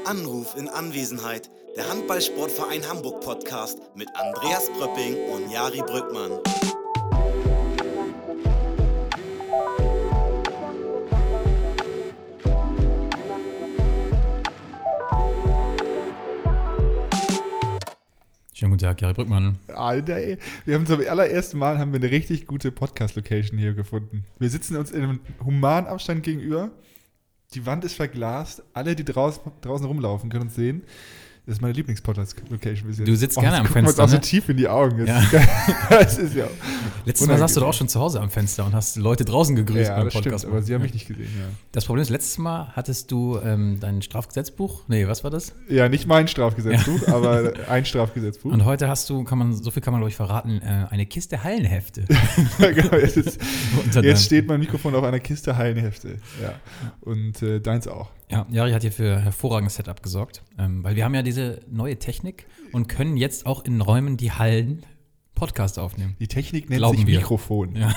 Anruf in Anwesenheit. Der Handballsportverein Hamburg Podcast mit Andreas Pröpping und Jari Brückmann. Schönen guten Tag, Jari Brückmann. Alter, ey. Wir haben zum allerersten Mal eine richtig gute Podcast-Location hier gefunden. Wir sitzen uns in einem humanen Abstand gegenüber. Die Wand ist verglast. Alle, die draußen rumlaufen, können uns sehen. Das ist meine Lieblings-Podcast-Location bis jetzt. Du sitzt gerne am Fenster. Wir gucken uns auch so tief in die Augen. Ja. Das ist ja Letztes Mal saßt du doch auch schon zu Hause am Fenster und hast Leute draußen gegrüßt beim das Podcast. stimmt, aber sie haben mich nicht gesehen, ja. Das Problem ist, letztes Mal hattest du dein Strafgesetzbuch. Nee, was war das? Ja, nicht mein Strafgesetzbuch, aber ein Strafgesetzbuch. Und heute hast du, so viel kann man glaube ich verraten, eine Kiste Hallenhefte. Genau, jetzt steht mein Mikrofon auf einer Kiste Hallenhefte. Ja. Und deins auch. Ja, Jari hat hier für hervorragendes Setup gesorgt, weil wir haben ja diese neue Technik und können jetzt auch in Räumen die Hallen Podcast aufnehmen. Die Technik nennt Glauben sich wir. Mikrofon. Ja.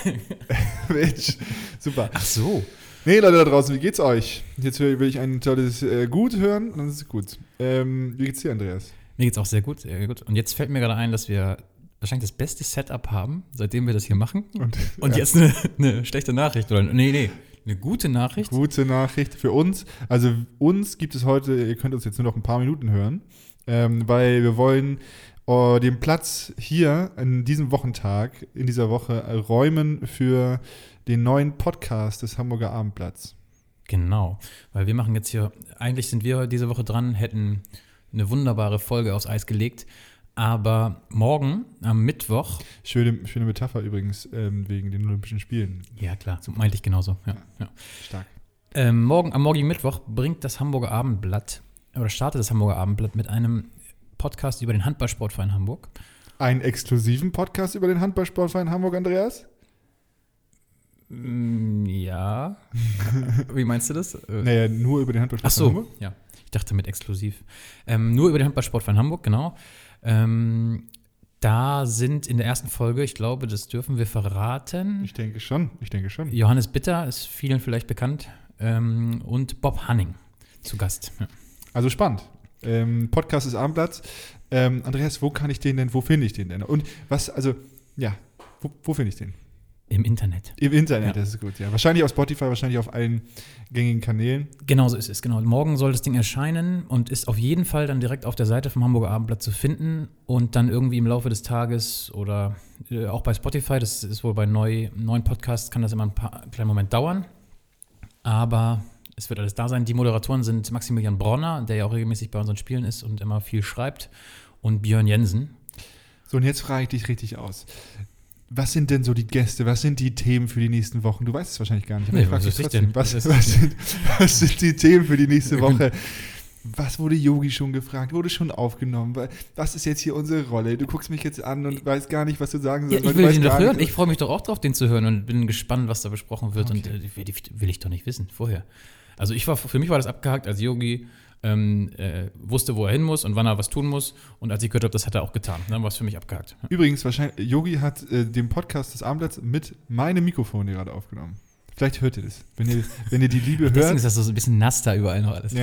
Mensch, super. Ach so. Nee, Leute da draußen, wie geht's euch? Jetzt will ich ein tolles Gut hören und das ist gut. Wie geht's dir, Andreas? Mir geht's auch sehr gut, sehr gut. Und jetzt fällt mir gerade ein, dass wir wahrscheinlich das beste Setup haben, seitdem wir das hier machen. Und jetzt eine schlechte Nachricht. Oder nee. Eine gute Nachricht. Gute Nachricht für uns. Also uns gibt es heute, ihr könnt uns jetzt nur noch ein paar Minuten hören, weil wir wollen den Platz hier an diesem Wochentag, in dieser Woche, räumen für den neuen Podcast des Hamburger Abendblatts. Genau, weil wir machen jetzt hier, eigentlich sind wir diese Woche dran, hätten eine wunderbare Folge aufs Eis gelegt, aber morgen, am Mittwoch. Schöne Metapher übrigens, wegen den Olympischen Spielen. Ja, klar, so meinte ich genauso. Ja. Stark. Am morgigen Mittwoch bringt das Hamburger Abendblatt, oder startet das Hamburger Abendblatt mit einem Podcast über den Handballsportverein Hamburg. Einen exklusiven Podcast über den Handballsportverein Hamburg, Andreas? Ja. Wie meinst du das? Naja, nur über den Handballsportverein Hamburg? Ach so, ja. Ich dachte mit exklusiv. Nur über den Handballsportverein Hamburg, genau. Da sind in der ersten Folge, ich glaube, das dürfen wir verraten. Ich denke schon. Johannes Bitter ist vielen vielleicht bekannt und Bob Hanning zu Gast. Ja. Also spannend. Podcast des Abendblatts. Andreas, wo finde ich den denn? Und wo finde ich den? Im Internet. Im Internet, Ja. Das ist gut, ja. Wahrscheinlich auf Spotify, wahrscheinlich auf allen gängigen Kanälen. Genau so ist es, genau. Morgen soll das Ding erscheinen und ist auf jeden Fall dann direkt auf der Seite vom Hamburger Abendblatt zu finden und dann irgendwie im Laufe des Tages oder auch bei Spotify, das ist wohl bei neuen Podcasts, kann das immer einen kleinen Moment dauern, aber es wird alles da sein. Die Moderatoren sind Maximilian Bronner, der ja auch regelmäßig bei unseren Spielen ist und immer viel schreibt, und Björn Jensen. So, und jetzt frage ich dich richtig aus. Was sind denn so die Gäste? Was sind die Themen für die nächsten Wochen? Du weißt es wahrscheinlich gar nicht. Aber Nee, ich frage was dich weiß ich trotzdem. denn? Was sind die Themen für die nächste Woche? Was wurde Yogi schon gefragt? Wurde schon aufgenommen? Was ist jetzt hier unsere Rolle? Du guckst mich jetzt an und weißt gar nicht, was du sagen sollst. Ja, ich will den doch hören. Ich freue mich doch auch drauf, den zu hören und bin gespannt, was da besprochen wird. Okay. Und will ich doch nicht wissen vorher. Also für mich war das abgehakt, als Yogi wusste, wo er hin muss und wann er was tun muss. Und als ich gehört habe, das hat er auch getan. Dann war es für mich abgehakt. Übrigens, wahrscheinlich, Yogi hat den Podcast des Abendblatts mit meinem Mikrofon hier gerade aufgenommen. Vielleicht hört ihr das. Wenn ihr die Liebe hört. Deswegen ist das so ein bisschen nass da überall noch alles.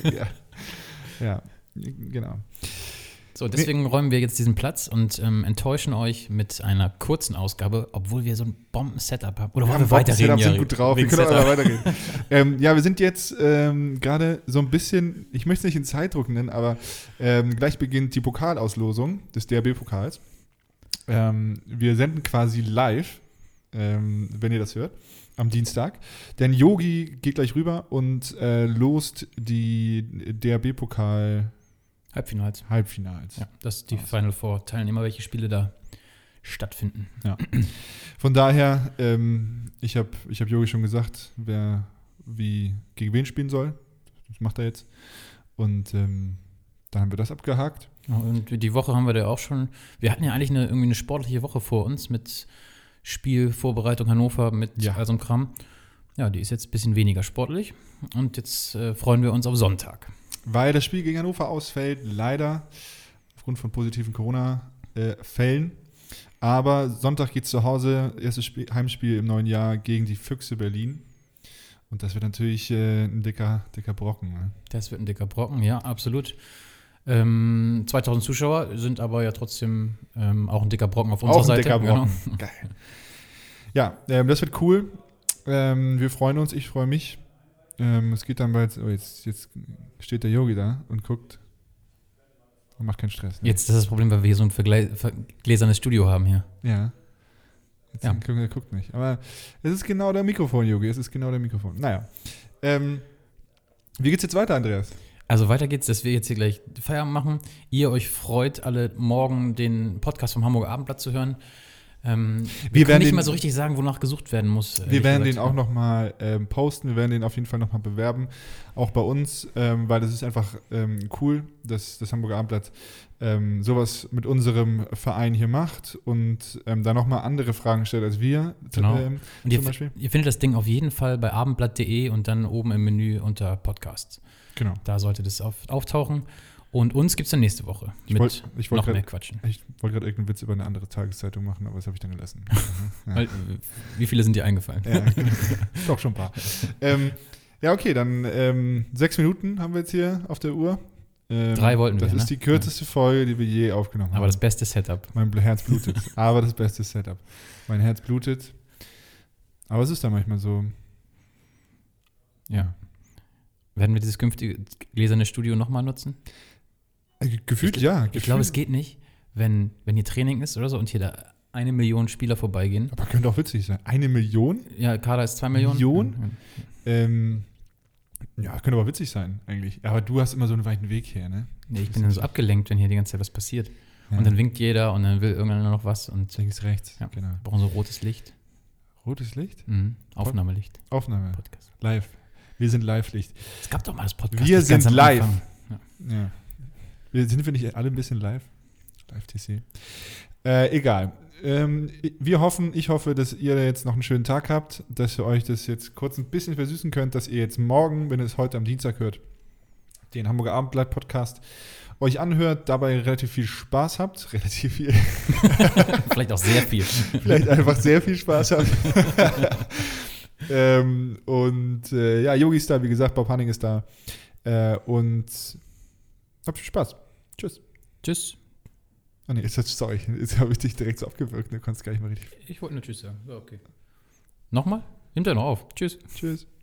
Ja, genau. So, deswegen räumen wir jetzt diesen Platz und enttäuschen euch mit einer kurzen Ausgabe, obwohl wir so ein Bomben-Setup haben. Oder wollen wir weiterreden? Wir sind gut drauf, wir können auch weiterreden. Wir sind jetzt gerade so ein bisschen, ich möchte es nicht in Zeitdruck nennen, aber gleich beginnt die Pokalauslosung des DRB-Pokals. Wir senden quasi live, wenn ihr das hört, am Dienstag. Denn Yogi geht gleich rüber und lost die DRB-Pokal Halbfinals. Ja, das ist die Final Four Teilnehmer, welche Spiele da stattfinden. Ja. Von daher, ich hab Yogi schon gesagt, wer wie gegen wen spielen soll. Das macht er jetzt. Und dann haben wir das abgehakt. Und die Woche haben wir da auch schon. Wir hatten ja eigentlich irgendwie eine sportliche Woche vor uns mit Spielvorbereitung Hannover, mit all so einem Kram. Ja, die ist jetzt ein bisschen weniger sportlich. Und jetzt freuen wir uns auf Sonntag. Weil das Spiel gegen Hannover ausfällt, leider aufgrund von positiven Corona-Fällen. Aber Sonntag geht es zu Hause, erstes Heimspiel im neuen Jahr gegen die Füchse Berlin. Und das wird natürlich ein dicker Brocken. Ne? Das wird ein dicker Brocken, ja, absolut. 2000 Zuschauer sind aber ja trotzdem auch ein dicker Brocken auf unserer Seite. Dicker Brocken. Genau. Geil. Ja, das wird cool. Wir freuen uns, ich freue mich. Es geht dann bald, jetzt steht der Yogi da und guckt und macht keinen Stress. Ne? Jetzt ist das Problem, weil wir hier so ein vergläsernes Studio haben hier. Ja. Jetzt Ja. er guckt nicht. Aber es ist genau der Mikrofon, Yogi. Es ist genau der Mikrofon. Naja. Wie geht's jetzt weiter, Andreas? Also weiter geht's, dass wir jetzt hier gleich Feierabend machen. Ihr euch freut, alle morgen den Podcast vom Hamburger Abendblatt zu hören. Wir können nicht mal so richtig sagen, wonach gesucht werden muss. Wir werden den auch nochmal posten. Wir werden den auf jeden Fall nochmal bewerben. Auch bei uns, weil das ist einfach cool, dass das Hamburger Abendblatt sowas mit unserem Verein hier macht und da nochmal andere Fragen stellt als wir. Genau. Und zum Beispiel. Ihr findet das Ding auf jeden Fall bei abendblatt.de und dann oben im Menü unter Podcasts. Genau. Da sollte das auftauchen. Und uns gibt es dann nächste Woche Ich wollt noch grad- mehr Quatschen. Ich wollte gerade irgendeinen Witz über eine andere Tageszeitung machen, aber das habe ich dann gelassen. Ja. Weil, wie viele sind dir eingefallen? Ja, doch schon ein paar. Ja, okay, dann 6 Minuten haben wir jetzt hier auf der Uhr. 3 wollten wir, Das ist ne? die kürzeste Folge, die wir je aufgenommen haben. Aber das beste Setup. Mein Herz blutet. Aber das beste Setup. Mein Herz blutet. Aber es ist dann manchmal so. Ja. Werden wir dieses künftige gläserne Studio nochmal nutzen? Gefühlt ja. Ich glaube, es geht nicht, wenn hier Training ist oder so und hier da 1 Million Spieler vorbeigehen. Aber könnte auch witzig sein. 1 Million? Ja, Kader ist 2 Millionen. Ja, könnte aber witzig sein, eigentlich. Aber du hast immer so einen weiten Weg her, ne? Nee, ich bin dann so abgelenkt, wenn hier die ganze Zeit was passiert. Ja. Und dann winkt jeder und dann will irgendeiner noch was und Links, rechts. ja, Genau. wir brauchen so rotes Licht. Rotes Licht? Aufnahmelicht. Aufnahme. Podcast. Live. Wir sind Live-Licht. Es gab doch mal das Podcast. Wir das ganz sind am live. Anfang. Ja. Sind wir nicht alle ein bisschen live? Live-TC. Egal. Ich hoffe, dass ihr jetzt noch einen schönen Tag habt, dass ihr euch das jetzt kurz ein bisschen versüßen könnt, dass ihr jetzt morgen, wenn ihr es heute am Dienstag hört, den Hamburger Abendblatt-Podcast euch anhört, dabei relativ viel Spaß habt. Relativ viel. Vielleicht auch sehr viel. Vielleicht einfach sehr viel Spaß habt. Ja, Yogi ist da, wie gesagt, Bob Hanning ist da. Und habt viel Spaß. Tschüss. Tschüss. Oh nee, jetzt habe ich dich direkt so abgewürgt, du konntest gar nicht mal richtig. Ich wollte nur Tschüss sagen. Ja, okay. Nochmal? Nimmt er noch auf. Tschüss. Tschüss.